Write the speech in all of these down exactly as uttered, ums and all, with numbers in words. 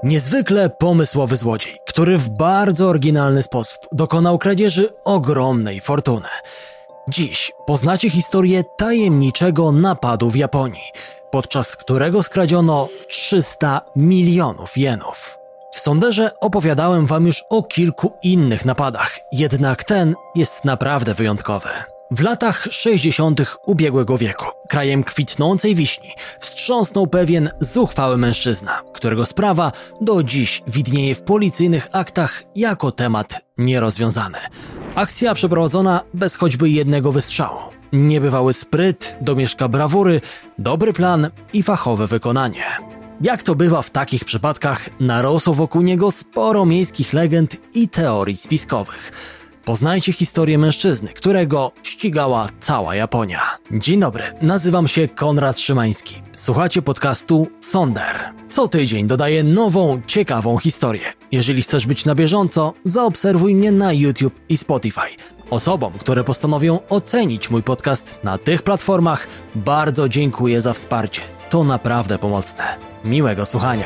Niezwykle pomysłowy złodziej, który w bardzo oryginalny sposób dokonał kradzieży ogromnej fortuny. Dziś poznacie historię tajemniczego napadu w Japonii, podczas którego skradziono trzysta milionów jenów. W Sonderze opowiadałem wam już o kilku innych napadach, jednak ten jest naprawdę wyjątkowy. W latach sześćdziesiątych ubiegłego wieku krajem kwitnącej wiśni wstrząsnął pewien zuchwały mężczyzna, którego sprawa do dziś widnieje w policyjnych aktach jako temat nierozwiązany. Akcja przeprowadzona bez choćby jednego wystrzału. Niebywały spryt, domieszka brawury, dobry plan i fachowe wykonanie. Jak to bywa w takich przypadkach, narosło wokół niego sporo miejskich legend i teorii spiskowych. Poznajcie historię mężczyzny, którego ścigała cała Japonia. Dzień dobry, nazywam się Konrad Szymański. Słuchacie podcastu Sonder. Co tydzień dodaję nową, ciekawą historię. Jeżeli chcesz być na bieżąco, zaobserwuj mnie na YouTube i Spotify. Osobom, które postanowią ocenić mój podcast na tych platformach, bardzo dziękuję za wsparcie. To naprawdę pomocne. Miłego słuchania.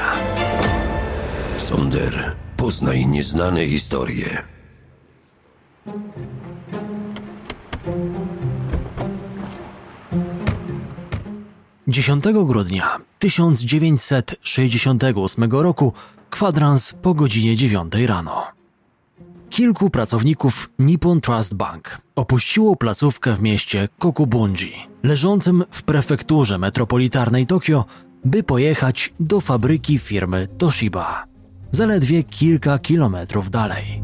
Sonder. Poznaj nieznane historie. dziesiątego grudnia tysiąc dziewięćset sześćdziesiątego ósmego roku, kwadrans po godzinie dziewiątej rano. Kilku pracowników Nippon Trust Bank opuściło placówkę w mieście Kokubunji, leżącym w prefekturze metropolitarnej Tokio, by pojechać do fabryki firmy Toshiba, zaledwie kilka kilometrów dalej.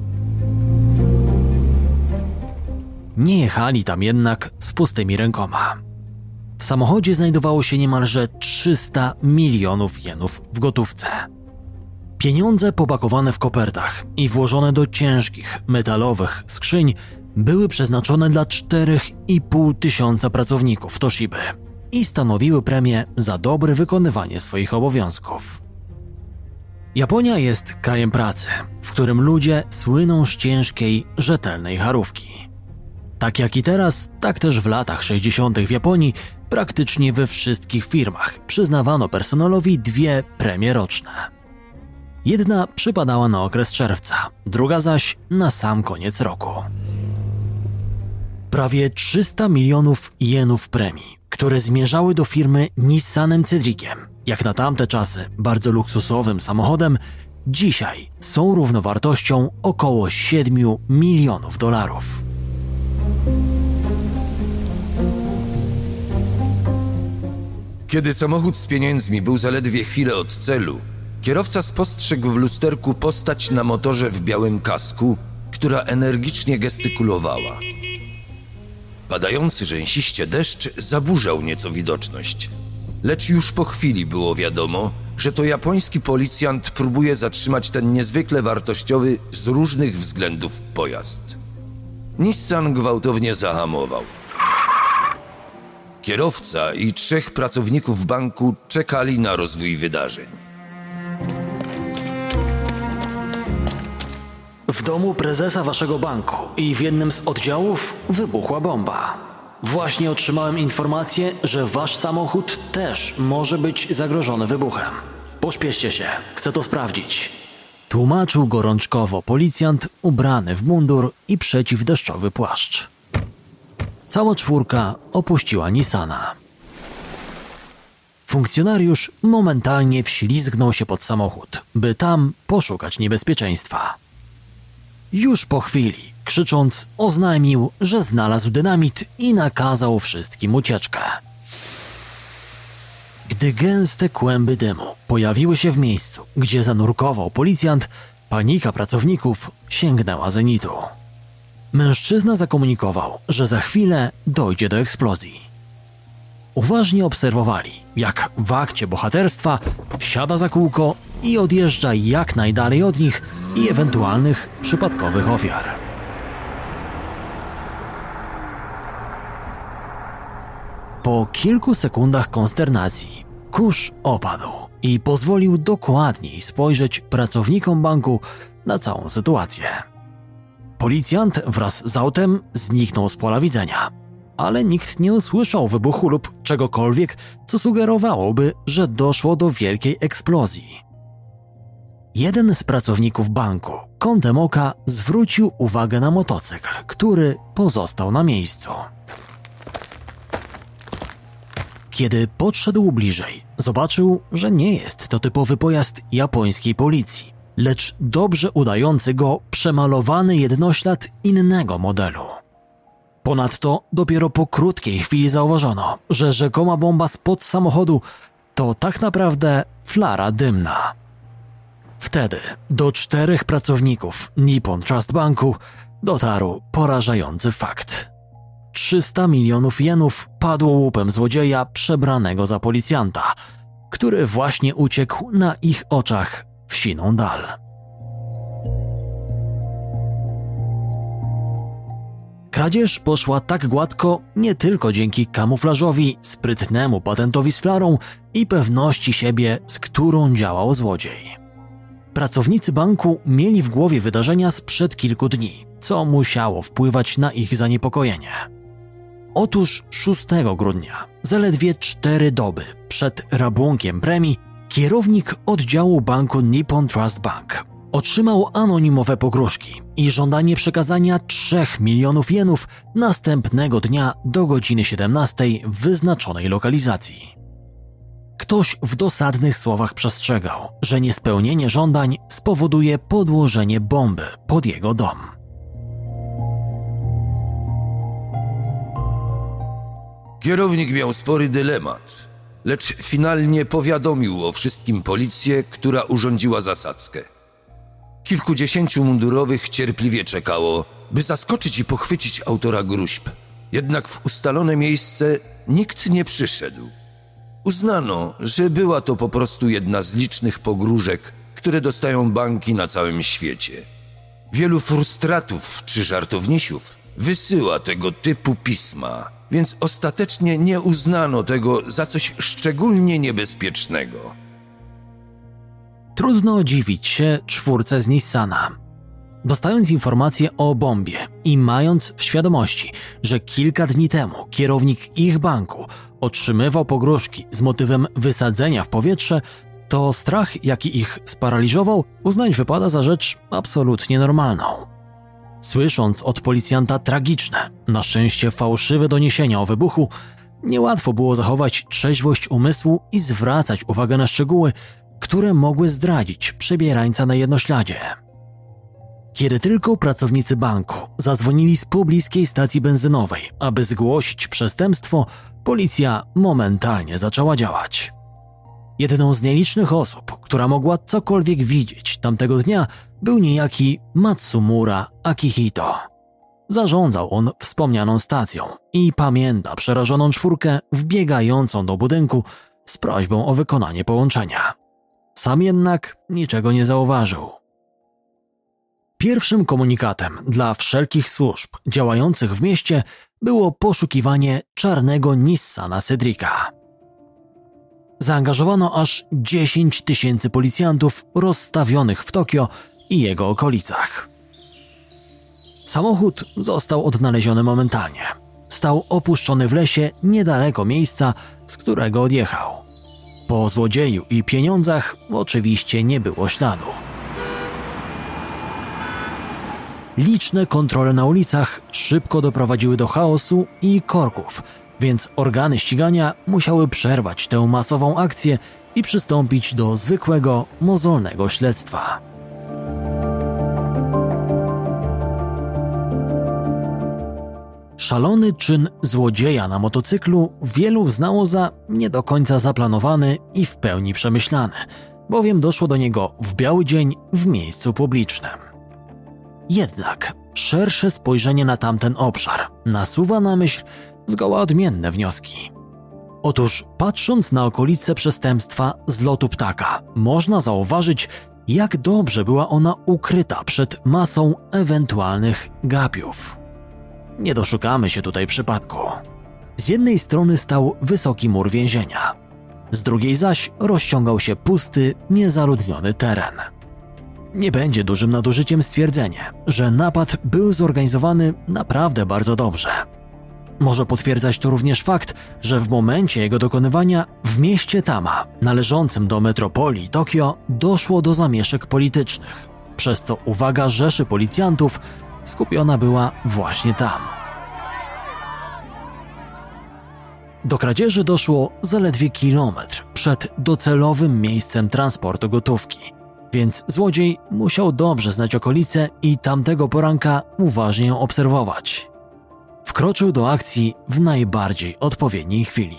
Nie jechali tam jednak z pustymi rękoma. W samochodzie znajdowało się niemalże trzysta milionów jenów w gotówce. Pieniądze popakowane w kopertach i włożone do ciężkich, metalowych skrzyń były przeznaczone dla czterech i pół tysiąca pracowników Toshiby i stanowiły premię za dobre wykonywanie swoich obowiązków. Japonia jest krajem pracy, w którym ludzie słyną z ciężkiej, rzetelnej charówki. Tak jak i teraz, tak też w latach sześćdziesiątych w Japonii praktycznie we wszystkich firmach przyznawano personelowi dwie premie roczne. Jedna przypadała na okres czerwca, druga zaś na sam koniec roku. Prawie trzysta milionów jenów premii, które zmierzały do firmy Nissanem Cedriciem, jak na tamte czasy bardzo luksusowym samochodem, dzisiaj są równowartością około siedmiu milionów dolarów. Kiedy samochód z pieniędzmi był zaledwie chwilę od celu, kierowca spostrzegł w lusterku postać na motorze w białym kasku, która energicznie gestykulowała. Padający rzęsiście deszcz zaburzał nieco widoczność, lecz już po chwili było wiadomo, że to japoński policjant próbuje zatrzymać ten niezwykle wartościowy z różnych względów pojazd. Nissan gwałtownie zahamował. Kierowca i trzech pracowników banku czekali na rozwój wydarzeń. W domu prezesa waszego banku i w jednym z oddziałów wybuchła bomba. Właśnie otrzymałem informację, że wasz samochód też może być zagrożony wybuchem. Pośpieszcie się, chcę to sprawdzić. Tłumaczył gorączkowo policjant ubrany w mundur i przeciwdeszczowy płaszcz. Cała czwórka opuściła Nissana. Funkcjonariusz momentalnie wślizgnął się pod samochód, by tam poszukać niebezpieczeństwa. Już po chwili, krzycząc, oznajmił, że znalazł dynamit i nakazał wszystkim ucieczkę. Gdy gęste kłęby dymu pojawiły się w miejscu, gdzie zanurkował policjant, panika pracowników sięgnęła zenitu. Mężczyzna zakomunikował, że za chwilę dojdzie do eksplozji. Uważnie obserwowali, jak w akcie bohaterstwa wsiada za kółko i odjeżdża jak najdalej od nich i ewentualnych przypadkowych ofiar. Po kilku sekundach konsternacji kurz opadł i pozwolił dokładniej spojrzeć pracownikom banku na całą sytuację. Policjant wraz z autem zniknął z pola widzenia, ale nikt nie usłyszał wybuchu lub czegokolwiek, co sugerowałoby, że doszło do wielkiej eksplozji. Jeden z pracowników banku kątem oka zwrócił uwagę na motocykl, który pozostał na miejscu. Kiedy podszedł bliżej, zobaczył, że nie jest to typowy pojazd japońskiej policji, lecz dobrze udający go przemalowany jednoślad innego modelu. Ponadto dopiero po krótkiej chwili zauważono, że rzekoma bomba spod samochodu to tak naprawdę flara dymna. Wtedy do czterech pracowników Nippon Trust Banku dotarł porażający fakt. trzysta milionów jenów padło łupem złodzieja przebranego za policjanta, który właśnie uciekł na ich oczach w siną dal. Kradzież poszła tak gładko nie tylko dzięki kamuflażowi, sprytnemu patentowi z flarą i pewności siebie, z którą działał złodziej. Pracownicy banku mieli w głowie wydarzenia sprzed kilku dni, co musiało wpływać na ich zaniepokojenie. Otóż szóstego grudnia, zaledwie cztery doby przed rabunkiem premii, kierownik oddziału banku Nippon Trust Bank otrzymał anonimowe pogróżki i żądanie przekazania trzech milionów jenów następnego dnia do godziny siedemnastej w wyznaczonej lokalizacji. Ktoś w dosadnych słowach przestrzegał, że niespełnienie żądań spowoduje podłożenie bomby pod jego dom. Kierownik miał spory dylemat, lecz finalnie powiadomił o wszystkim policję, która urządziła zasadzkę. Kilkudziesięciu mundurowych cierpliwie czekało, by zaskoczyć i pochwycić autora gróźb. Jednak w ustalone miejsce nikt nie przyszedł. Uznano, że była to po prostu jedna z licznych pogróżek, które dostają banki na całym świecie. Wielu frustratów czy żartownisiów wysyła tego typu pisma, więc ostatecznie nie uznano tego za coś szczególnie niebezpiecznego. Trudno dziwić się czwórce z Nissana. Dostając informację o bombie i mając w świadomości, że kilka dni temu kierownik ich banku otrzymywał pogróżki z motywem wysadzenia w powietrze, to strach, jaki ich sparaliżował, uznać wypada za rzecz absolutnie normalną. Słysząc od policjanta tragiczne, na szczęście fałszywe doniesienia o wybuchu, niełatwo było zachować trzeźwość umysłu i zwracać uwagę na szczegóły, które mogły zdradzić przebierańca na jednośladzie. Kiedy tylko pracownicy banku zadzwonili z pobliskiej stacji benzynowej, aby zgłosić przestępstwo, policja momentalnie zaczęła działać. Jedną z nielicznych osób, która mogła cokolwiek widzieć tamtego dnia, był niejaki Matsumura Akihito. Zarządzał on wspomnianą stacją i pamięta przerażoną czwórkę wbiegającą do budynku z prośbą o wykonanie połączenia. Sam jednak niczego nie zauważył. Pierwszym komunikatem dla wszelkich służb działających w mieście było poszukiwanie czarnego Nissana Cedrika. Zaangażowano aż dziesięć tysięcy policjantów rozstawionych w Tokio i jego okolicach. Samochód został odnaleziony momentalnie. Stał opuszczony w lesie niedaleko miejsca, z którego odjechał. Po złodzieju i pieniądzach oczywiście nie było śladu. Liczne kontrole na ulicach szybko doprowadziły do chaosu i korków, więc organy ścigania musiały przerwać tę masową akcję i przystąpić do zwykłego, mozolnego śledztwa. Szalony czyn złodzieja na motocyklu wielu uznało za nie do końca zaplanowany i w pełni przemyślany, bowiem doszło do niego w biały dzień w miejscu publicznym. Jednak szersze spojrzenie na tamten obszar nasuwa na myśl zgoła odmienne wnioski. Otóż patrząc na okolice przestępstwa z lotu ptaka, można zauważyć, jak dobrze była ona ukryta przed masą ewentualnych gapiów. Nie doszukamy się tutaj przypadku. Z jednej strony stał wysoki mur więzienia, z drugiej zaś rozciągał się pusty, niezaludniony teren. Nie będzie dużym nadużyciem stwierdzenie, że napad był zorganizowany naprawdę bardzo dobrze. Może potwierdzać to również fakt, że w momencie jego dokonywania w mieście Tama, należącym do metropolii Tokio, doszło do zamieszek politycznych, przez co uwaga rzeszy policjantów skupiona była właśnie tam. Do kradzieży doszło zaledwie kilometr przed docelowym miejscem transportu gotówki, więc złodziej musiał dobrze znać okolice i tamtego poranka uważnie ją obserwować. Wkroczył do akcji w najbardziej odpowiedniej chwili.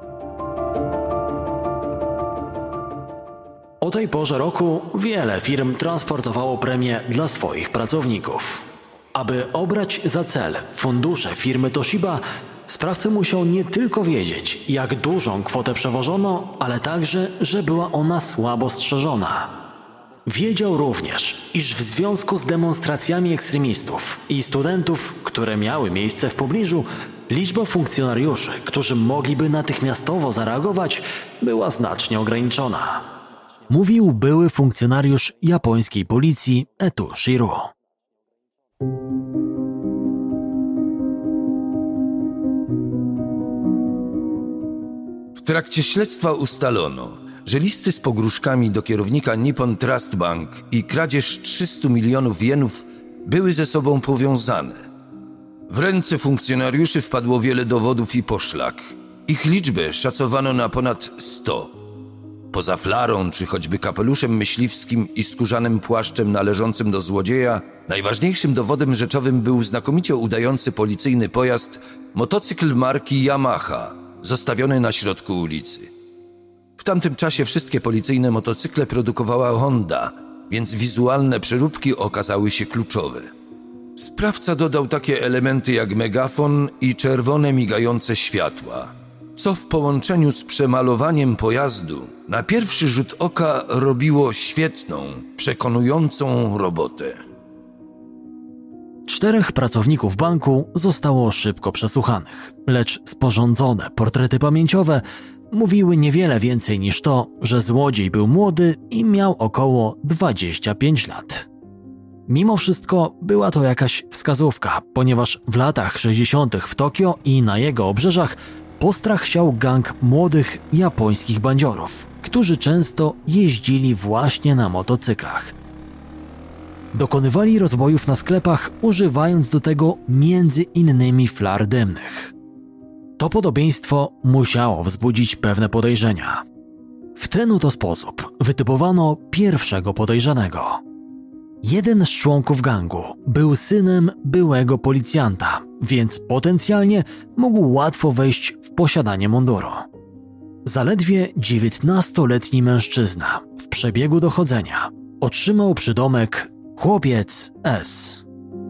O tej porze roku wiele firm transportowało premie dla swoich pracowników. Aby obrać za cel fundusze firmy Toshiba, sprawca musiał nie tylko wiedzieć, jak dużą kwotę przewożono, ale także, że była ona słabo strzeżona. Wiedział również, iż w związku z demonstracjami ekstremistów i studentów, które miały miejsce w pobliżu, liczba funkcjonariuszy, którzy mogliby natychmiastowo zareagować, była znacznie ograniczona. Mówił były funkcjonariusz japońskiej policji Eto Shiro. W trakcie śledztwa ustalono, że listy z pogróżkami do kierownika Nippon Trust Bank i kradzież trzystu milionów jenów były ze sobą powiązane. W ręce funkcjonariuszy wpadło wiele dowodów i poszlak. Ich liczbę szacowano na ponad sto. Poza flarą czy choćby kapeluszem myśliwskim i skórzanym płaszczem należącym do złodzieja, najważniejszym dowodem rzeczowym był znakomicie udający policyjny pojazd, motocykl marki Yamaha, zostawiony na środku ulicy. W tamtym czasie wszystkie policyjne motocykle produkowała Honda, więc wizualne przeróbki okazały się kluczowe. Sprawca dodał takie elementy jak megafon i czerwone migające światła, co w połączeniu z przemalowaniem pojazdu na pierwszy rzut oka robiło świetną, przekonującą robotę. Czterech pracowników banku zostało szybko przesłuchanych, lecz sporządzone portrety pamięciowe mówiły niewiele więcej niż to, że złodziej był młody i miał około dwadzieścia pięć lat. Mimo wszystko była to jakaś wskazówka, ponieważ w latach sześćdziesiątych w Tokio i na jego obrzeżach postrach siał gang młodych japońskich bandziorów, którzy często jeździli właśnie na motocyklach. Dokonywali rozbojów na sklepach, używając do tego między innymi flar dymnych. To podobieństwo musiało wzbudzić pewne podejrzenia. W ten oto sposób wytypowano pierwszego podejrzanego. Jeden z członków gangu był synem byłego policjanta, więc potencjalnie mógł łatwo wejść w posiadanie munduru. Zaledwie dziewiętnastoletni mężczyzna w przebiegu dochodzenia otrzymał przydomek Chłopiec S.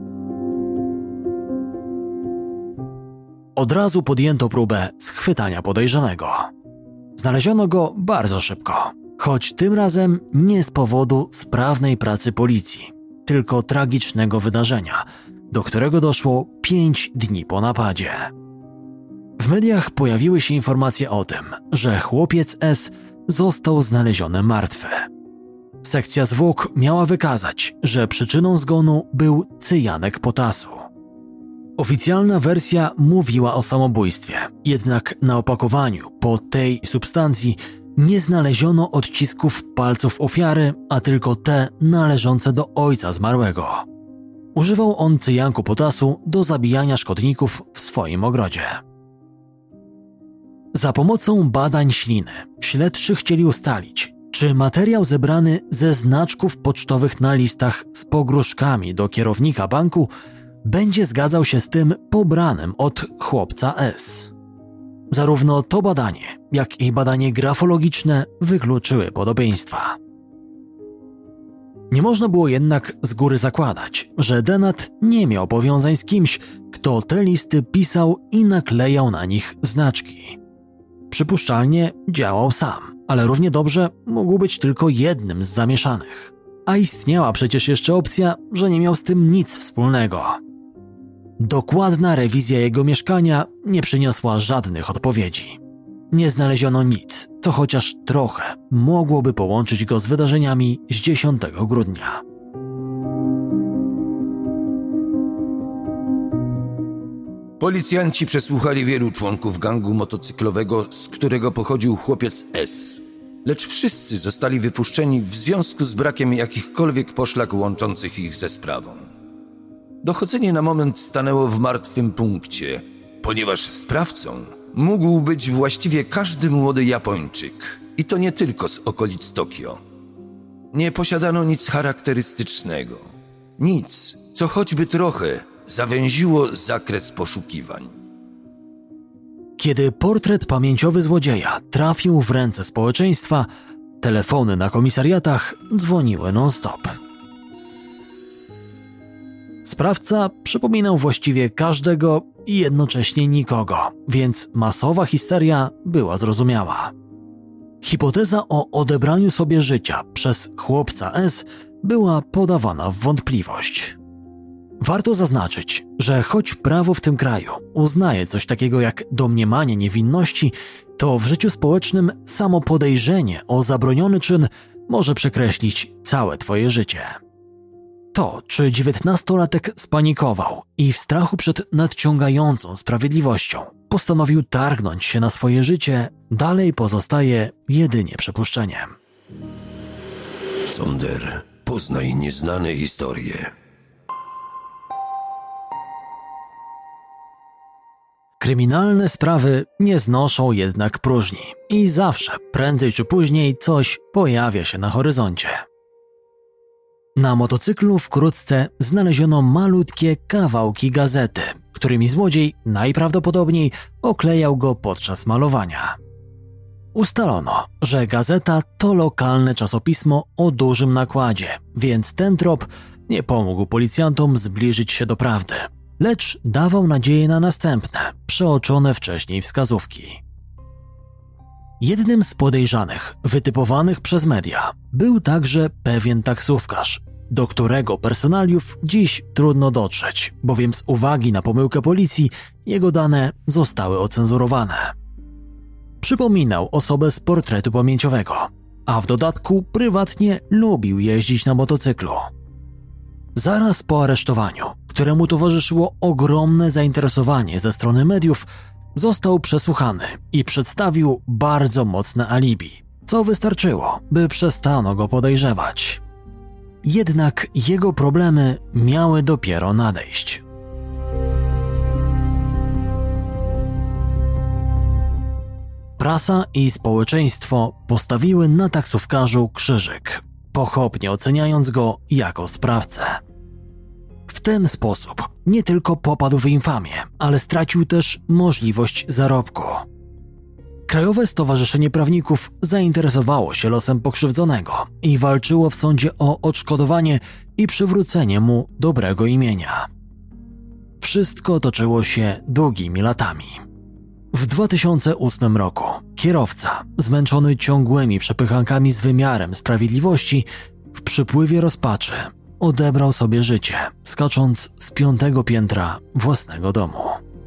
Od razu podjęto próbę schwytania podejrzanego. Znaleziono go bardzo szybko, choć tym razem nie z powodu sprawnej pracy policji, tylko tragicznego wydarzenia, do którego doszło pięć dni po napadzie. W mediach pojawiły się informacje o tym, że chłopiec S został znaleziony martwy. Sekcja zwłok miała wykazać, że przyczyną zgonu był cyjanek potasu. Oficjalna wersja mówiła o samobójstwie, jednak na opakowaniu po tej substancji nie znaleziono odcisków palców ofiary, a tylko te należące do ojca zmarłego. Używał on cyjanku potasu do zabijania szkodników w swoim ogrodzie. Za pomocą badań śliny śledczy chcieli ustalić, czy materiał zebrany ze znaczków pocztowych na listach z pogróżkami do kierownika banku będzie zgadzał się z tym pobranym od chłopca S. Zarówno to badanie, jak i badanie grafologiczne wykluczyły podobieństwa. Nie można było jednak z góry zakładać, że Denat nie miał powiązań z kimś, kto te listy pisał i naklejał na nich znaczki. Przypuszczalnie działał sam, ale równie dobrze mógł być tylko jednym z zamieszanych. A istniała przecież jeszcze opcja, że nie miał z tym nic wspólnego. Dokładna rewizja jego mieszkania nie przyniosła żadnych odpowiedzi. Nie znaleziono nic, co chociaż trochę mogłoby połączyć go z wydarzeniami z dziesiątego grudnia. Policjanci przesłuchali wielu członków gangu motocyklowego, z którego pochodził chłopiec S. Lecz wszyscy zostali wypuszczeni w związku z brakiem jakichkolwiek poszlak łączących ich ze sprawą. Dochodzenie na moment stanęło w martwym punkcie, ponieważ sprawcą mógł być właściwie każdy młody Japończyk, i to nie tylko z okolic Tokio. Nie posiadano nic charakterystycznego, nic, co choćby trochę zawęziło zakres poszukiwań. Kiedy portret pamięciowy złodzieja trafił w ręce społeczeństwa, telefony na komisariatach dzwoniły non-stop. Sprawca przypominał właściwie każdego i jednocześnie nikogo, więc masowa histeria była zrozumiała. Hipoteza o odebraniu sobie życia przez chłopca S była podawana w wątpliwość. Warto zaznaczyć, że choć prawo w tym kraju uznaje coś takiego jak domniemanie niewinności, to w życiu społecznym samo podejrzenie o zabroniony czyn może przekreślić całe twoje życie. To, czy dziewiętnastolatek spanikował i w strachu przed nadciągającą sprawiedliwością postanowił targnąć się na swoje życie, dalej pozostaje jedynie przypuszczeniem. Sonder, poznaj nieznane historie. Kryminalne sprawy nie znoszą jednak próżni i zawsze, prędzej czy później, coś pojawia się na horyzoncie. Na motocyklu wkrótce znaleziono malutkie kawałki gazety, którymi złodziej najprawdopodobniej oklejał go podczas malowania. Ustalono, że gazeta to lokalne czasopismo o dużym nakładzie, więc ten trop nie pomógł policjantom zbliżyć się do prawdy, lecz dawał nadzieję na następne, przeoczone wcześniej wskazówki. Jednym z podejrzanych, wytypowanych przez media, był także pewien taksówkarz, do którego personaliów dziś trudno dotrzeć, bowiem z uwagi na pomyłkę policji jego dane zostały ocenzurowane. Przypominał osobę z portretu pamięciowego, a w dodatku prywatnie lubił jeździć na motocyklu. Zaraz po aresztowaniu, któremu towarzyszyło ogromne zainteresowanie ze strony mediów, został przesłuchany i przedstawił bardzo mocne alibi, co wystarczyło, by przestano go podejrzewać. Jednak jego problemy miały dopiero nadejść. Prasa i społeczeństwo postawiły na taksówkarzu krzyżyk, pochopnie oceniając go jako sprawcę. W ten sposób nie tylko popadł w infamię, ale stracił też możliwość zarobku. Krajowe Stowarzyszenie Prawników zainteresowało się losem pokrzywdzonego i walczyło w sądzie o odszkodowanie i przywrócenie mu dobrego imienia. Wszystko toczyło się długimi latami. W dwa tysiące ósmym roku kierowca, zmęczony ciągłymi przepychankami z wymiarem sprawiedliwości, w przypływie rozpaczy odebrał sobie życie, skacząc z piątego piętra własnego domu.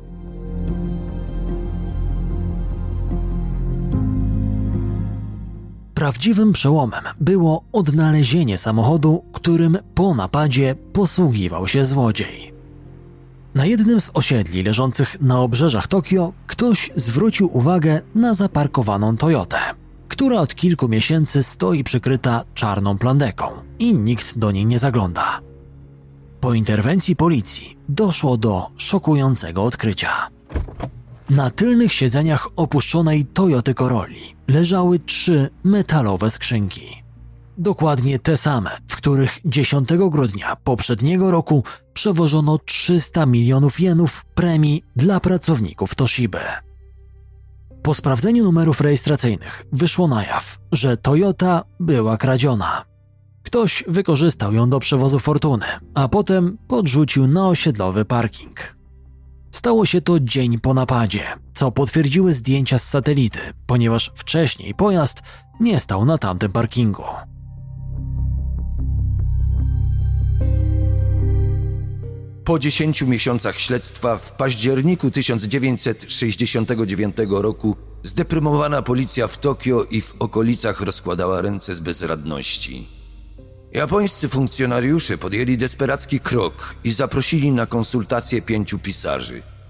Prawdziwym przełomem było odnalezienie samochodu, którym po napadzie posługiwał się złodziej. Na jednym z osiedli leżących na obrzeżach Tokio ktoś zwrócił uwagę na zaparkowaną Toyotę, która od kilku miesięcy stoi przykryta czarną plandeką i nikt do niej nie zagląda. Po interwencji policji doszło do szokującego odkrycia. Na tylnych siedzeniach opuszczonej Toyoty Corolli leżały trzy metalowe skrzynki. Dokładnie te same, w których dziesiątego grudnia poprzedniego roku przewożono trzysta milionów jenów premii dla pracowników Toshiby. Po sprawdzeniu numerów rejestracyjnych wyszło na jaw, że Toyota była kradziona. Ktoś wykorzystał ją do przewozu fortuny, a potem podrzucił na osiedlowy parking. Stało się to dzień po napadzie, co potwierdziły zdjęcia z satelity, ponieważ wcześniej pojazd nie stał na tamtym parkingu. Po dziesięciu miesiącach śledztwa w październiku tysiąc dziewięćset sześćdziesiątego dziewiątego roku zdeprymowana policja w Tokio i w okolicach rozkładała ręce z bezradności. Japońscy funkcjonariusze podjęli desperacki krok i zaprosili na konsultacje pięciu pisarzy,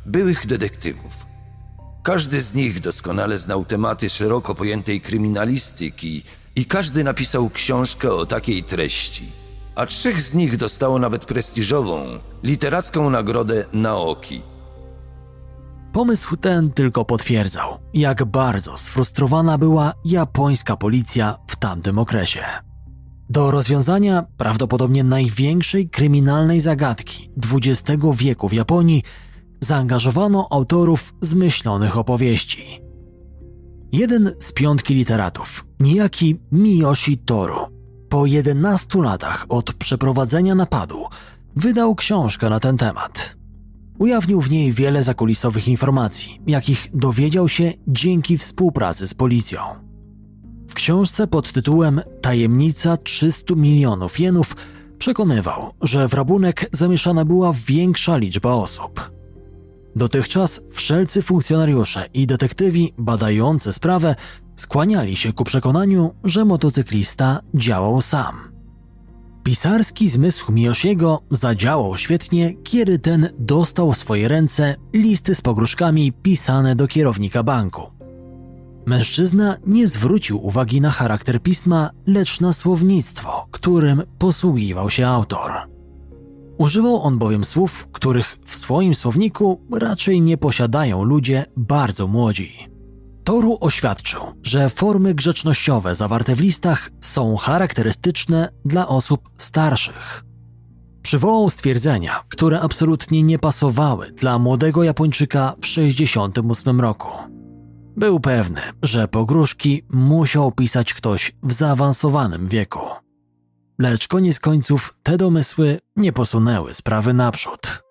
byłych detektywów. Każdy z nich doskonale znał tematy szeroko pojętej kryminalistyki i każdy napisał książkę o takiej treści, a trzech z nich dostało nawet prestiżową, literacką nagrodę Naoki. Pomysł ten tylko potwierdzał, jak bardzo sfrustrowana była japońska policja w tamtym okresie. Do rozwiązania prawdopodobnie największej kryminalnej zagadki dwudziestego wieku w Japonii zaangażowano autorów zmyślonych opowieści. Jeden z piątki literatów, niejaki Miyoshi Toru, po jedenastu latach od przeprowadzenia napadu wydał książkę na ten temat. Ujawnił w niej wiele zakulisowych informacji, jakich dowiedział się dzięki współpracy z policją. W książce pod tytułem Tajemnica trzystu milionów jenów przekonywał, że w rabunek zamieszana była większa liczba osób. Dotychczas wszelcy funkcjonariusze i detektywi badający sprawę skłaniali się ku przekonaniu, że motocyklista działał sam. Pisarski zmysł Miyoshiego zadziałał świetnie, kiedy ten dostał w swoje ręce listy z pogróżkami pisane do kierownika banku. Mężczyzna nie zwrócił uwagi na charakter pisma, lecz na słownictwo, którym posługiwał się autor. Używał on bowiem słów, których w swoim słowniku raczej nie posiadają ludzie bardzo młodzi. Toru oświadczył, że formy grzecznościowe zawarte w listach są charakterystyczne dla osób starszych. Przywołał stwierdzenia, które absolutnie nie pasowały dla młodego Japończyka w sześćdziesiątym ósmym roku. Był pewny, że pogróżki musiał pisać ktoś w zaawansowanym wieku. Lecz koniec końców te domysły nie posunęły sprawy naprzód.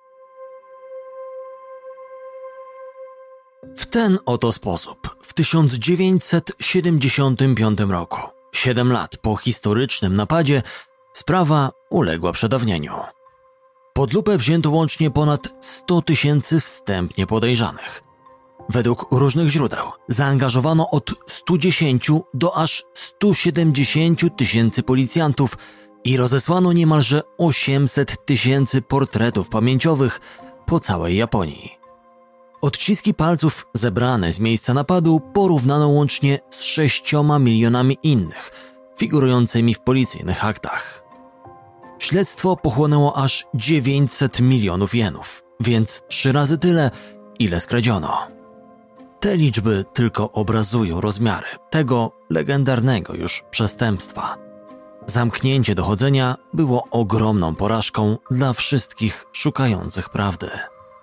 W ten oto sposób w tysiąc dziewięćset siedemdziesiątym piątym roku, siedem lat po historycznym napadzie, sprawa uległa przedawnieniu. Pod lupę wzięto łącznie ponad sto tysięcy wstępnie podejrzanych. Według różnych źródeł zaangażowano od stu dziesięciu do aż stu siedemdziesięciu tysięcy policjantów i rozesłano niemalże osiemset tysięcy portretów pamięciowych po całej Japonii. Odciski palców zebrane z miejsca napadu porównano łącznie z sześcioma milionami innych, figurującymi w policyjnych aktach. Śledztwo pochłonęło aż dziewięćset milionów jenów, więc trzy razy tyle, ile skradziono. Te liczby tylko obrazują rozmiary tego legendarnego już przestępstwa. Zamknięcie dochodzenia było ogromną porażką dla wszystkich szukających prawdy.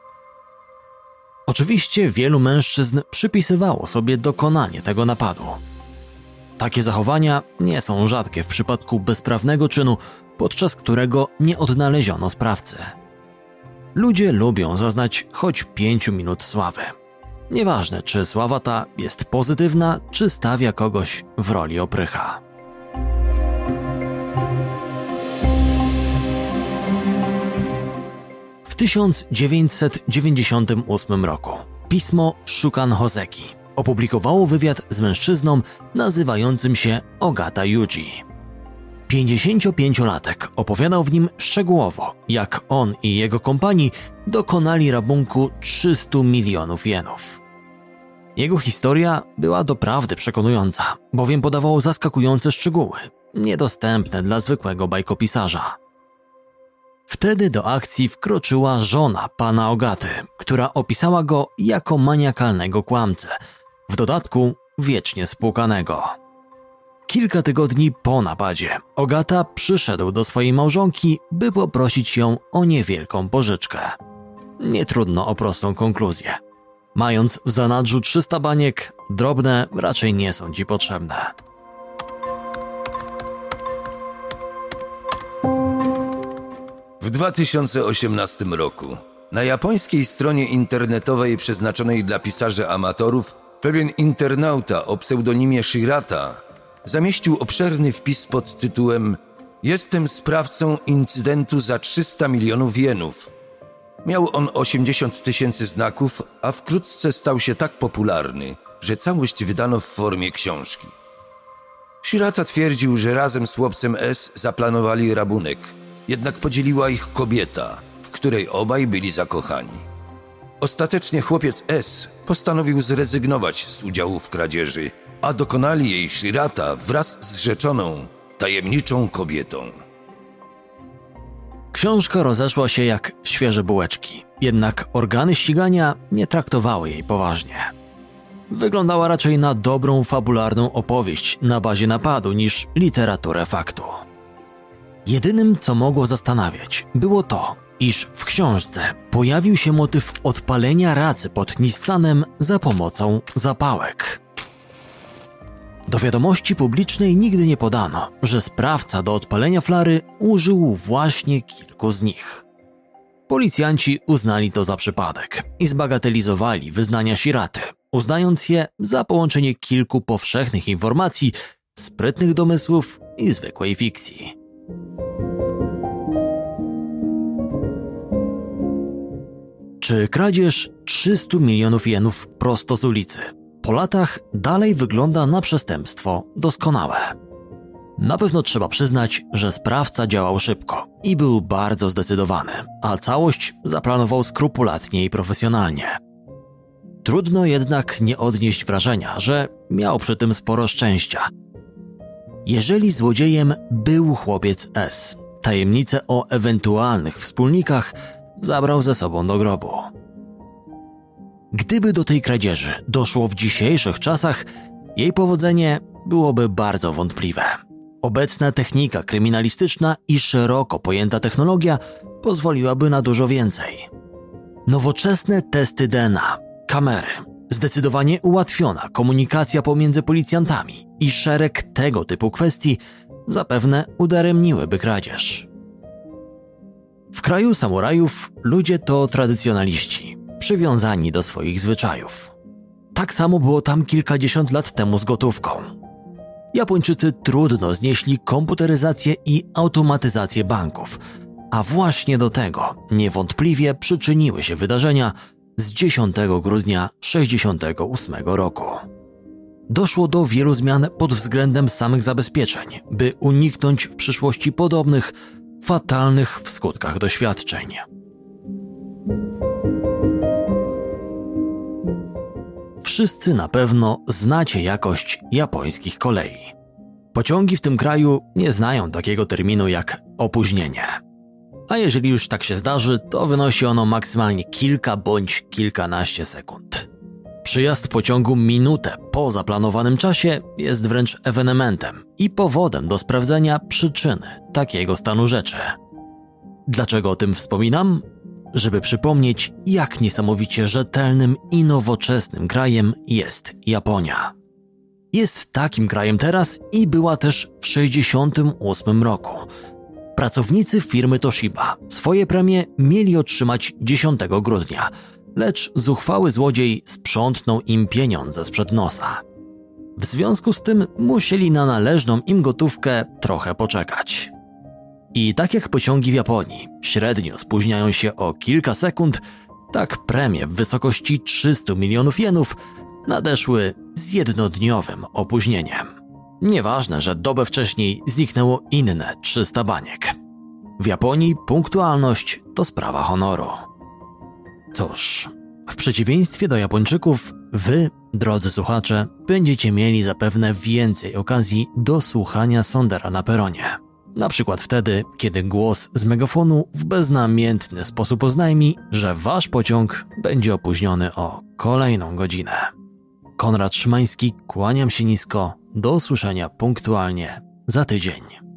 Oczywiście wielu mężczyzn przypisywało sobie dokonanie tego napadu. Takie zachowania nie są rzadkie w przypadku bezprawnego czynu, podczas którego nie odnaleziono sprawcy. Ludzie lubią zaznać choć pięciu minut sławy. Nieważne, czy sława ta jest pozytywna, czy stawia kogoś w roli oprycha. W tysiąc dziewięćset dziewięćdziesiątym ósmym roku pismo Shukan Hoseki opublikowało wywiad z mężczyzną nazywającym się Ogata Yuji. pięćdziesięciopięciolatek opowiadał w nim szczegółowo, jak on i jego kompanii dokonali rabunku trzystu milionów jenów. Jego historia była doprawdy przekonująca, bowiem podawał zaskakujące szczegóły, niedostępne dla zwykłego bajkopisarza. Wtedy do akcji wkroczyła żona pana Ogaty, która opisała go jako maniakalnego kłamcę, w dodatku wiecznie spłukanego. Kilka tygodni po napadzie Ogata przyszedł do swojej małżonki, by poprosić ją o niewielką pożyczkę. Nie trudno o prostą konkluzję. Mając w zanadrzu trzysta baniek, drobne raczej nie są ci potrzebne. W dwa tysiące osiemnastym roku na japońskiej stronie internetowej przeznaczonej dla pisarzy amatorów pewien internauta o pseudonimie Shirata zamieścił obszerny wpis pod tytułem „Jestem sprawcą incydentu za trzysta milionów jenów”. Miał on osiemdziesiąt tysięcy znaków, a wkrótce stał się tak popularny, że całość wydano w formie książki. Shirata twierdził, że razem z chłopcem S zaplanowali rabunek, jednak podzieliła ich kobieta, w której obaj byli zakochani. Ostatecznie chłopiec S postanowił zrezygnować z udziału w kradzieży, a dokonali jej Shirata wraz z rzeczoną, tajemniczą kobietą. Książka rozeszła się jak świeże bułeczki, jednak organy ścigania nie traktowały jej poważnie. Wyglądała raczej na dobrą, fabularną opowieść na bazie napadu niż literaturę faktu. Jedynym, co mogło zastanawiać, było to, iż w książce pojawił się motyw odpalenia racy pod Nissanem za pomocą zapałek. Do wiadomości publicznej nigdy nie podano, że sprawca do odpalenia flary użył właśnie kilku z nich. Policjanci uznali to za przypadek i zbagatelizowali wyznania Shiraty, uznając je za połączenie kilku powszechnych informacji, sprytnych domysłów i zwykłej fikcji. Czy kradzież trzystu milionów jenów prosto z ulicy po latach dalej wygląda na przestępstwo doskonałe? Na pewno trzeba przyznać, że sprawca działał szybko i był bardzo zdecydowany, a całość zaplanował skrupulatnie i profesjonalnie. Trudno jednak nie odnieść wrażenia, że miał przy tym sporo szczęścia. Jeżeli złodziejem był chłopiec S, tajemnicę o ewentualnych wspólnikach zabrał ze sobą do grobu. Gdyby do tej kradzieży doszło w dzisiejszych czasach, jej powodzenie byłoby bardzo wątpliwe. Obecna technika kryminalistyczna i szeroko pojęta technologia pozwoliłaby na dużo więcej. Nowoczesne testy D N A, kamery, zdecydowanie ułatwiona komunikacja pomiędzy policjantami i szereg tego typu kwestii zapewne udaremniłyby kradzież. W kraju samurajów ludzie to tradycjonaliści, przywiązani do swoich zwyczajów. Tak samo było tam kilkadziesiąt lat temu z gotówką. Japończycy trudno znieśli komputeryzację i automatyzację banków, a właśnie do tego niewątpliwie przyczyniły się wydarzenia z dziesiątego grudnia sześćdziesiątego ósmego roku. Doszło do wielu zmian pod względem samych zabezpieczeń, by uniknąć w przyszłości podobnych, fatalnych w skutkach doświadczeń. Wszyscy na pewno znacie jakość japońskich kolei. Pociągi w tym kraju nie znają takiego terminu jak opóźnienie. A jeżeli już tak się zdarzy, to wynosi ono maksymalnie kilka bądź kilkanaście sekund. Przyjazd pociągu minutę po zaplanowanym czasie jest wręcz ewenementem i powodem do sprawdzenia przyczyny takiego stanu rzeczy. Dlaczego o tym wspominam? Żeby przypomnieć, jak niesamowicie rzetelnym i nowoczesnym krajem jest Japonia. Jest takim krajem teraz i była też w sześćdziesiątym ósmym roku. Pracownicy firmy Toshiba swoje premie mieli otrzymać dziesiątego grudnia, lecz zuchwały złodziej sprzątnął im pieniądze sprzed nosa. W związku z tym musieli na należną im gotówkę trochę poczekać. I tak jak pociągi w Japonii średnio spóźniają się o kilka sekund, tak premie w wysokości trzystu milionów jenów nadeszły z jednodniowym opóźnieniem. Nieważne, że dobę wcześniej zniknęło inne trzysta baniek. W Japonii punktualność to sprawa honoru. Cóż, w przeciwieństwie do Japończyków, wy, drodzy słuchacze, będziecie mieli zapewne więcej okazji do słuchania sondera na peronie. Na przykład wtedy, kiedy głos z megafonu w beznamiętny sposób oznajmi, że wasz pociąg będzie opóźniony o kolejną godzinę. Konrad Szymański, kłaniam się nisko, do usłyszenia punktualnie za tydzień.